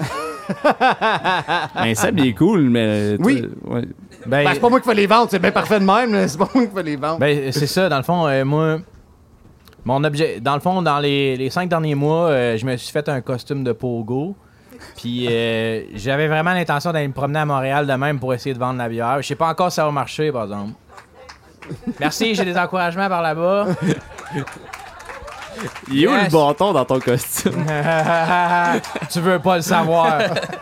Mais Seb, il est cool, mais... Oui. Ouais. Ben, Ben, c'est pas moi qui fais les ventes, c'est bien parfait de même, mais c'est pas moi qui fais les ventes. ben, c'est ça, dans le fond, euh, moi, mon objet, dans le fond, dans les, les cinq derniers mois, euh, je me suis fait un costume de pogo. Puis euh, j'avais vraiment l'intention d'aller me promener à Montréal de même pour essayer de vendre la bière. Je sais pas encore si ça va marcher, par exemple. Merci, j'ai des encouragements par là-bas. Il est où Yes. le bâton dans ton costume? Tu veux pas le savoir.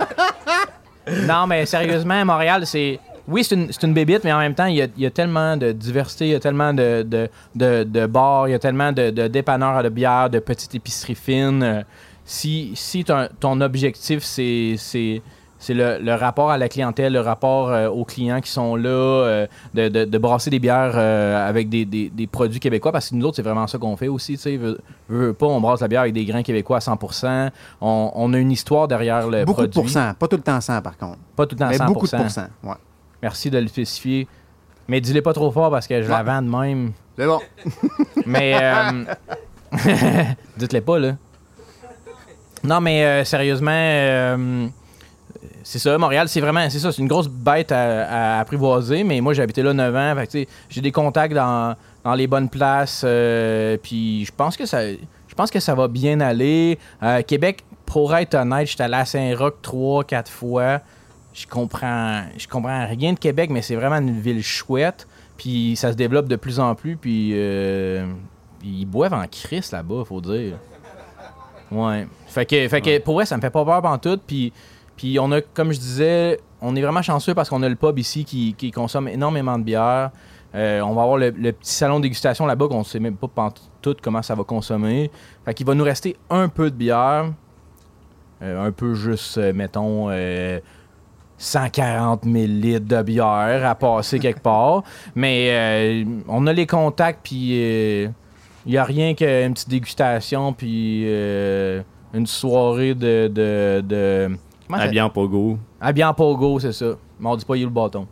Non, mais sérieusement, Montréal, c'est... Oui, c'est une, c'est une bébite, mais en même temps, il y a, il y a tellement de diversité, il y a tellement de, de, de, de bars, il y a tellement de, de dépanneurs de bière, de petites épiceries fines. Euh, Si, si ton, ton objectif, c'est, c'est, c'est le, le rapport à la clientèle, le rapport euh, aux clients qui sont là, euh, de, de, de brasser des bières euh, avec des, des, des produits québécois, parce que nous autres, c'est vraiment ça qu'on fait aussi. Tu sais, veux, veux pas, on brasse la bière avec des grains québécois à cent pour cent. On, on a une histoire derrière le Beaucoup produit. de pourcents, pas tout le temps cent par contre. Pas tout le temps Mais cent pour cent. beaucoup de pourcents, ouais. Merci de le spécifier. Mais dis-le pas trop fort parce que je la Ouais. vends de même. C'est bon. Mais euh, dites-le pas, là. Non, mais euh, sérieusement, euh, c'est ça, Montréal, c'est vraiment, c'est ça, c'est une grosse bête à, à apprivoiser, mais moi, j'ai habité là neuf ans, fait que, tu sais, j'ai des contacts dans, dans les bonnes places, euh, puis je pense que ça je pense que ça va bien aller. Euh, Québec, pour être honnête, j'étais allé à Saint-Roch trois, quatre fois. Je comprends, je comprends rien de Québec, mais c'est vraiment une ville chouette, puis ça se développe de plus en plus, puis euh, ils boivent en crise là-bas, faut dire. Ouais. Fait que, fait que pour vrai, ça me fait pas peur pantoute. Puis, puis on a, comme je disais, on est vraiment chanceux parce qu'on a le pub ici qui, qui consomme énormément de bière. Euh, on va avoir le, le petit salon de dégustation là-bas qu'on sait même pas pantoute comment ça va consommer. Fait qu'il va nous rester un peu de bière. Euh, un peu juste, euh, mettons, euh, cent quarante millilitres de bière à passer quelque part. Mais euh, on a les contacts, puis... Euh, il n'y a rien qu'une petite dégustation, puis euh, une soirée de... de, de comment ça- Habillé en pogo. Habillé en pogo, c'est ça. Mais on dit pas il est où le bâton.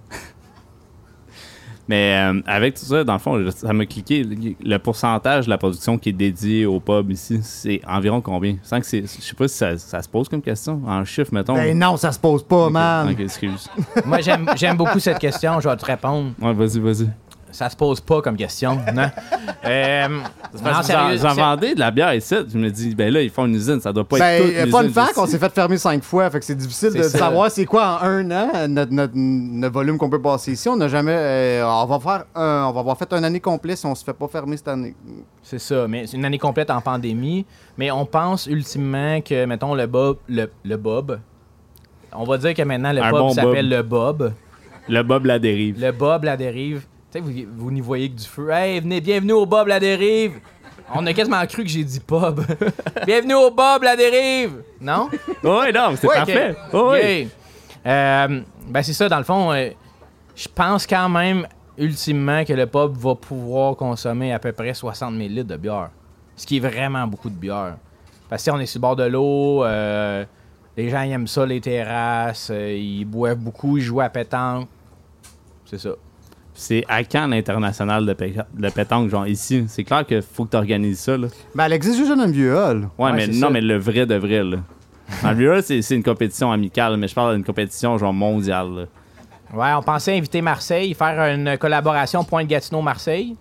Mais euh, avec tout ça, dans le fond, ça m'a cliqué. Le, le pourcentage de la production qui est dédié au pub ici, c'est environ combien? Je sens que c'est. Je sais pas si ça, ça se pose comme question. En chiffre, mettons. Ben non, ça se pose pas, Ok, man. ok, excuse. Moi, j'aime, j'aime beaucoup cette question, je vais te répondre. Ouais, vas-y, vas-y. ça se pose pas comme question. Non, euh, non Parce que sérieux, vous en c'est- vendez de la bière ici. Je me dis, ben là, ils font une usine, ça doit pas être toute Ben, l'usine. fun fact, d'ici. on s'est fait fermer cinq fois, fait que c'est difficile de C'est ça. savoir c'est quoi en un an notre, notre, notre volume qu'on peut passer ici. On n'a jamais. euh, on va faire un, on va avoir fait une année complète si on se fait pas fermer cette année. C'est ça, mais c'est une année complète en pandémie. Mais on pense ultimement que, mettons, le Bob, le, le Bob, on va dire que maintenant le Un Bob bon s'appelle Bob. le Bob. Le Bob la dérive. Le Bob la dérive. Tu sais, vous, vous n'y voyez que du feu. Hey, venez, bienvenue au Bob la dérive. On a quasiment cru que j'ai dit Bob. Bienvenue au Bob la dérive. Non? Oui, non, c'est Ouais, parfait. ok. Oui. Yeah. Euh, ben c'est ça, dans le fond, euh, je pense quand même ultimement que le pub va pouvoir consommer à peu près soixante mille litres de bière. Ce qui est vraiment beaucoup de bière. Parce que si on est sur le bord de l'eau, euh, les gens ils aiment ça, les terrasses, euh, ils boivent beaucoup, ils jouent à pétanque. C'est ça. C'est à quand l'international de, pé- de pétanque, genre ici? C'est clair qu'il faut que tu organises ça, là. Ben, elle existe juste dans le vieux hall. Ouais, Ouais, mais c'est non, ça. mais le vrai de vrai, là. Dans le vieux, là, c'est c'est une compétition amicale, mais je parle d'une compétition, genre, mondiale, là. Ouais, on pensait inviter Marseille, faire une collaboration Pointe-Gatineau-Marseille.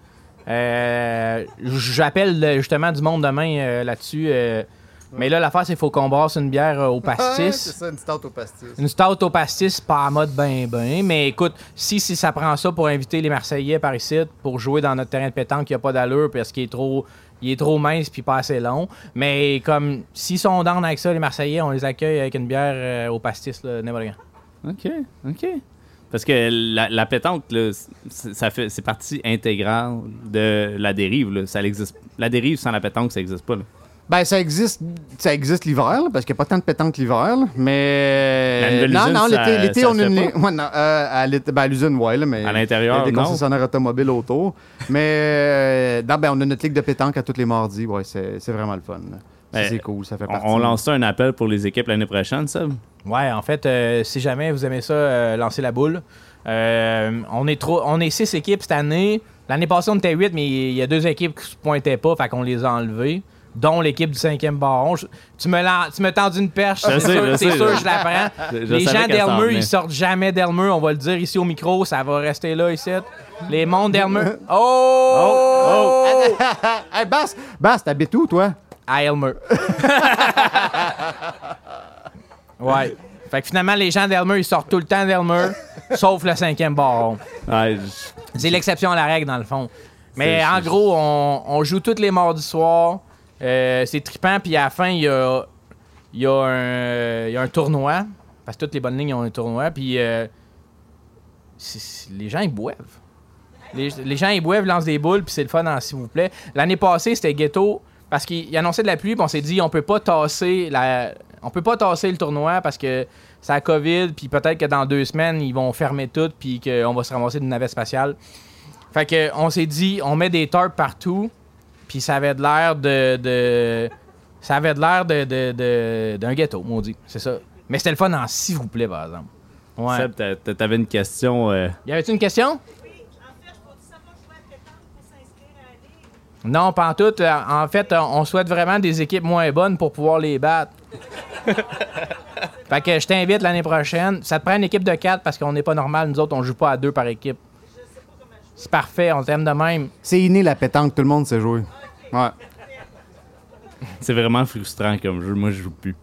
Euh, J'appelle euh, justement du monde demain euh, là-dessus. euh, mais là, l'affaire, c'est qu'il faut qu'on brasse une bière euh, au Ouais, c'est pastis. ça, une stout au pastis. Une stout au pastis, pas en mode ben ben. Mais écoute, si, si ça prend ça pour inviter les Marseillais par ici, pour jouer dans notre terrain de pétanque qui a pas d'allure parce qu'il est trop, il est trop mince puis pas assez long. Mais comme s'ils sont down avec ça, les Marseillais, on les accueille avec une bière euh, au pastis, là, n'importe quand. OK, OK. Parce que la, la pétanque, là, c'est- ça fait, c'est partie intégrale de la dérive, là. Ça existe. La dérive sans la pétanque, ça n'existe pas, là. Ben, ça existe, ça existe l'hiver, là, parce qu'il n'y a pas tant de pétanque l'hiver, là, mais... La nouvelle non, usine, non, ça- l'été, l'été ça on se a fait une... pas? Ouais, non, euh, à l'été- ben, à l'usine, ouais, là, mais... À l'intérieur, il y a des non? concessionnaires automobiles autour. Mais, euh, non, ben, on a notre ligue de pétanque à tous les mardis, ouais, c'est, c'est vraiment le fun. là. Ça, Ben, c'est cool, ça fait On, partie. on lance ça un appel pour les équipes l'année prochaine, ça? Ouais, en fait, euh, si jamais vous aimez ça, euh, lancez la boule. Euh, on est trop, on est six équipes cette année. L'année passée, on était huit, mais il y a deux équipes qui se pointaient pas, fait qu'on les a enlevées. Dont l'équipe du cinquième baron. Je- tu me l'as, tu me tendu une perche, Je c'est sais, sûr, je c'est sais, sûr, je- je la prends. Je- je Les savais gens qu'elle s'en d'Elmeux, venait. ils sortent jamais d'Elmeux. On va le dire ici au micro, ça va rester là ici. Les mondes d'Elmeux. Oh! Hey, Bass, Bass, t'habites où, toi? À Elmer. Ouais. Fait que finalement, les gens d'Elmer, ils sortent tout le temps d'Elmer, sauf le cinquième baron. Ouais, je- C'est l'exception à la règle, dans le fond. Mais C'est- en c'est- gros, on, on joue tous les mardis soirs. Euh, c'est trippant, puis à la fin, il y a, il y, a un- il y a un tournoi. Parce que toutes les bonnes lignes ont un tournoi. Puis euh, c'est- c'est- les gens, ils boivent. Les, les gens, ils boivent, lancent des boules, puis c'est le fun, hein, s'il vous plaît. L'année passée, c'était ghetto, parce qu'il il annonçait de la pluie, puis on s'est dit, on peut pas tasser la... On peut pas tasser le tournoi parce que c'est la COVID, puis peut-être que dans deux semaines, ils vont fermer tout, puis qu'on va se ramasser d'une navette spatiale. Fait que on s'est dit, on met des tarps partout, puis ça avait de l'air de, de... Ça avait de l'air de, de, de- d'un ghetto, maudit. C'est ça. Mais c'était le fun en s'il vous plaît, par exemple. Ouais. Seb, t'a- t'a- t'avais une question. euh, Y avait-tu une question? Non, pas en tout. Euh, En fait, on on souhaite vraiment des équipes moins bonnes pour pouvoir les battre. Fait que je t'invite l'année prochaine. Ça te prend une équipe de quatre parce qu'on n'est pas normal. Nous autres, on joue pas à deux par équipe. C'est parfait, on t'aime de même. C'est inné, la pétanque, tout le monde sait jouer. Ouais. C'est vraiment frustrant comme jeu. Moi, je joue plus.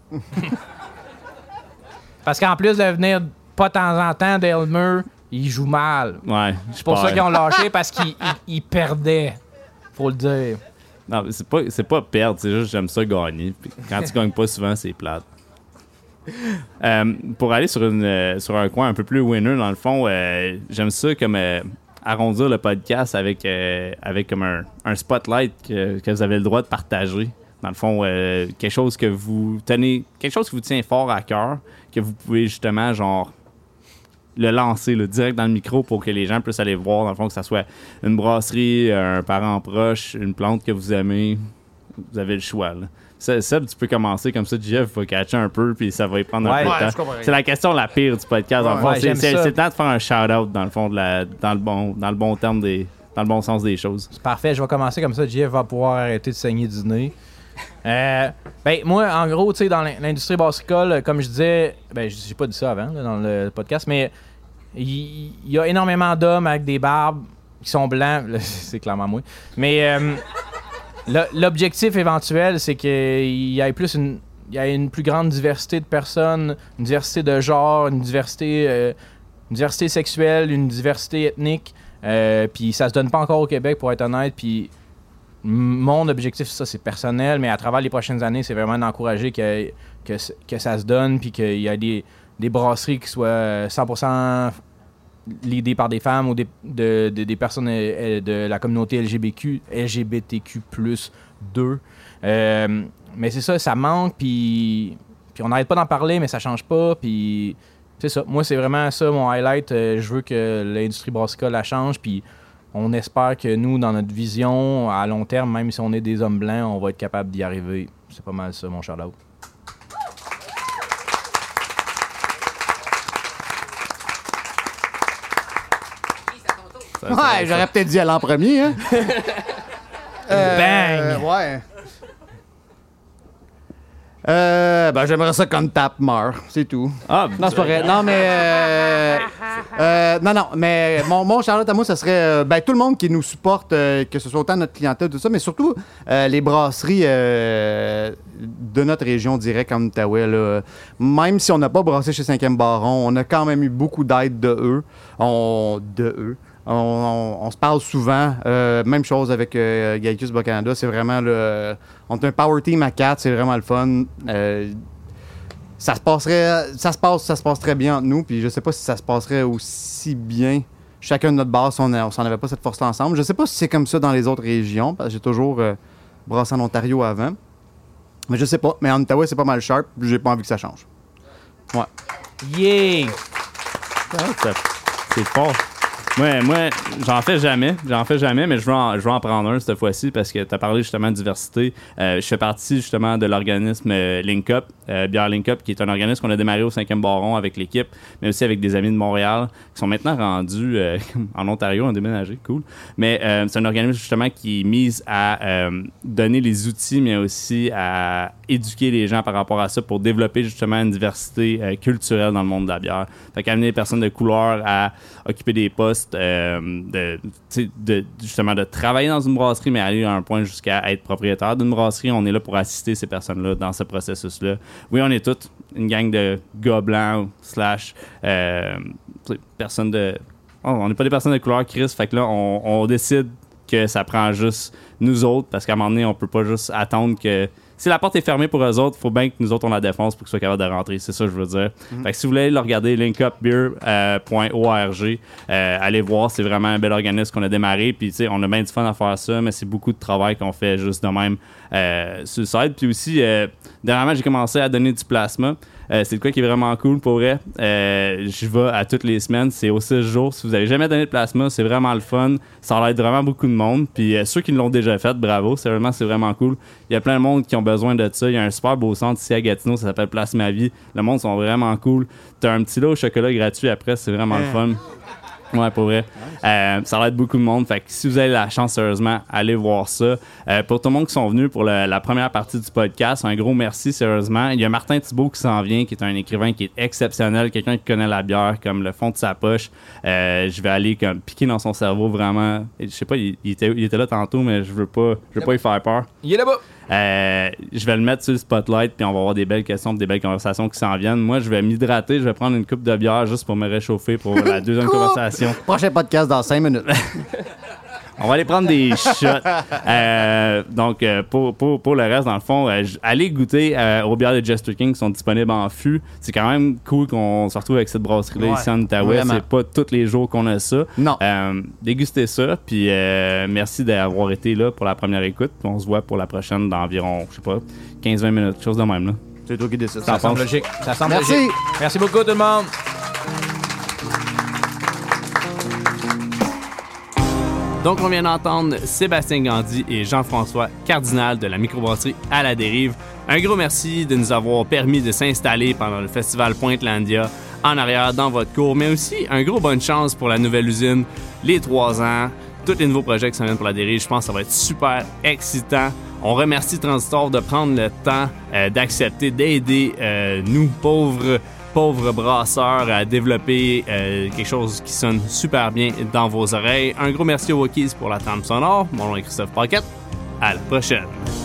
Parce qu'en plus de venir pas de temps en temps d'Elmer, ils jouent mal. Ouais, je C'est pour ça qu'ils ont lâché parce qu'ils ils- ils perdaient. Faut le dire. Non, mais c'est pas, c'est pas perdre, c'est juste j'aime ça gagner. Puis quand tu gagnes pas souvent, c'est plate. Euh, pour aller sur, une, euh, sur un coin un peu plus winner, dans le fond, euh, j'aime ça comme euh, arrondir le podcast avec, euh, avec comme un, un spotlight que, que vous avez le droit de partager. Dans le fond, euh, quelque chose que vous tenez, quelque chose qui vous tient fort à cœur, que vous pouvez justement, genre, le lancer là, direct dans le micro pour que les gens puissent aller voir, dans le fond, que ça soit une brasserie, un parent proche, une plante que vous aimez. Vous avez le choix. Là. Seb, Seb, tu peux commencer comme ça. Jeff va catcher un peu, puis ça va y prendre Ouais. un peu Ouais, de je temps. comprends rien. C'est la question la pire du podcast. dans le fond. Ouais, c'est, j'aime c'est, ça. c'est le temps de faire un shout-out, dans le fond, de la, dans, le bon, dans le bon terme des, dans le bon sens des choses. C'est parfait, je vais commencer comme ça. Jeff va pouvoir arrêter de saigner du nez. Euh, ben, moi, en gros, tu sais, dans l'in- l'industrie brassicole, comme je disais, ben, j'ai pas dit ça avant, là, dans le podcast, mais il il y, a énormément d'hommes avec des barbes qui sont blancs, là, c'est clairement moi. Mais euh, le- l'objectif éventuel, c'est qu'il y ait plus une, il y ait une plus grande diversité de personnes, une diversité de genres, une diversité, euh, une diversité sexuelle, une diversité ethnique. Euh, puis ça se donne pas encore au Québec, pour être honnête. Puis mon objectif, ça, c'est personnel, mais à travers les prochaines années, c'est vraiment d'encourager que, que, que ça se donne, puis qu'il y a des, des brasseries qui soient cent pour cent leadées par des femmes ou des, de, de, des personnes de la communauté L G B T Q, L G B T Q plus deux. Euh, mais c'est ça, ça manque, puis, puis on n'arrête pas d'en parler, mais ça change pas, puis c'est ça. Moi, c'est vraiment ça, mon highlight. Euh, je veux que l'industrie brassicole la change, puis on espère que nous, dans notre vision, à long terme, même si on est des hommes blancs, on va être capable d'y arriver. C'est pas mal ça, mon shout-out. Ouais, j'aurais peut-être dû aller en premier, hein? Bang! Ouais. Euh, ben, j'aimerais ça qu'on tape meurt, c'est tout. Ah, Non, c'est pas vrai. Non, mais. Euh, euh, non, non, mais mon, mon Charlotte à moi, ce serait euh, ben, tout le monde qui nous supporte, euh, que ce soit autant notre clientèle, tout ça, mais surtout euh, les brasseries euh, de notre région, dirais, comme Outaouais. Là. Même si on n'a pas brassé chez cinquième Baron, on a quand même eu beaucoup d'aide de eux. On, de eux. On, on, on se parle souvent. Euh, même chose avec euh, Gallicus Bas-Canada. C'est vraiment le. On est un power team à quatre. C'est vraiment le fun. Euh, ça se passerait. Ça se passe, ça se passe très bien entre nous. Puis je sais pas si ça se passerait aussi bien chacun de notre base si on ne s'en avait pas cette force-là ensemble. Je sais pas si c'est comme ça dans les autres régions. Parce que j'ai toujours euh, brassé en Ontario avant. Mais je sais pas. Mais en Outaouais, c'est pas mal sharp. J'ai pas envie que ça change. Ouais. Yeah! ça- c'est fort. Moi, moi j'en fais jamais. J'en fais jamais, mais je veux en, je veux en prendre un cette fois-ci parce que tu as parlé justement de diversité. Euh, je fais partie justement de l'organisme euh, Link Up, euh, Bière Link Up, qui est un organisme qu'on a démarré au cinquième Baron avec l'équipe, mais aussi avec des amis de Montréal qui sont maintenant rendus euh, en Ontario, ont déménagé, cool. Mais euh, c'est un organisme justement qui mise à euh, donner les outils, mais aussi à éduquer les gens par rapport à ça pour développer justement une diversité euh, culturelle dans le monde de la bière. Fait qu'amener les personnes de couleur à occuper des postes, euh, de, de, justement de travailler dans une brasserie, mais aller à un point jusqu'à être propriétaire d'une brasserie. On est là pour assister ces personnes-là dans ce processus-là. Oui, on est toutes une gang de gars blancs slash euh, personnes de... Oh, on n'est pas des personnes de couleur, Chris. Fait que là, on, on décide que ça prend juste nous autres, parce qu'à un moment donné, on peut pas juste attendre que... Si la porte est fermée pour eux autres, il faut bien que nous autres, on la défonce pour qu'ils soient capables de rentrer. C'est ça que je veux dire. Mm-hmm. Fait que si vous voulez le regarder, link up beer point org, euh, allez voir. C'est vraiment un bel organisme qu'on a démarré. Puis, tu sais, on a bien du fun à faire ça, mais c'est beaucoup de travail qu'on fait juste de même euh, sur le site. Puis aussi, euh, dernièrement, j'ai commencé à donner du plasma. Euh, c'est de quoi qui est vraiment cool pour vrai. Euh, je vais à toutes les semaines. C'est au six jours. Si vous n'avez jamais donné de plasma, c'est vraiment le fun. Ça aide vraiment beaucoup de monde. Puis euh, ceux qui l'ont déjà fait, bravo. C'est vraiment, c'est vraiment cool. Il y a plein de monde qui ont besoin de ça. Il y a un super beau centre ici à Gatineau. Ça s'appelle Plasma Vie. Le monde sont vraiment cool. T'as un petit lot au chocolat gratuit après. C'est vraiment le fun. Ouais, pour vrai. Euh, ça aide beaucoup de monde. Fait que si vous avez la chance, sérieusement, allez voir ça. Euh, pour tout le monde qui sont venus pour le, la première partie du podcast, un gros merci, sérieusement. Il y a Martin Thibault qui s'en vient, qui est un écrivain qui est exceptionnel, quelqu'un qui connaît la bière comme le fond de sa poche. Euh, je vais aller comme piquer dans son cerveau, vraiment. Je sais pas, il, il, était, il était là tantôt, mais je veux pas, je veux pas y faire peur. Il est là-bas! Euh, je vais le mettre sur le spotlight, puis on va avoir des belles questions, des belles conversations qui s'en viennent. Moi, je vais m'hydrater, je vais prendre une coupe de bière juste pour me réchauffer pour la deuxième conversation. Prochain podcast dans cinq minutes. On va aller prendre des shots. Euh, donc, euh, pour, pour, pour le reste, dans le fond, euh, allez goûter euh, aux bières de Jester King qui sont disponibles en fût. C'est quand même cool qu'on se retrouve avec cette brasserie-là Ouais, ici en Outaouais. vraiment. C'est pas tous les jours qu'on a ça. Non. Euh, dégustez ça, puis euh, merci d'avoir été là pour la première écoute. On se voit pour la prochaine dans environ, je sais pas, quinze vingt minutes, quelque chose de même, là. C'est toi qui décides. Ça semble logique. Ça semble Merci. logique. Merci beaucoup, tout le monde! Donc, on vient d'entendre Sébastien Gandhi et Jean-François Cardinal de la microbrasserie À la Dérive. Un gros merci de nous avoir permis de s'installer pendant le festival Pointe-Landia en arrière dans votre cour, mais aussi un gros bonne chance pour la nouvelle usine, les trois ans, tous les nouveaux projets qui s'en viennent pour La Dérive. Je pense que ça va être super excitant. On remercie Transistor de prendre le temps euh, d'accepter d'aider euh, nous, pauvres pauvres brasseurs à développer euh, quelque chose qui sonne super bien dans vos oreilles. Un gros merci aux Wookiees pour la trame sonore. Mon nom est Christophe Paquette. À la prochaine!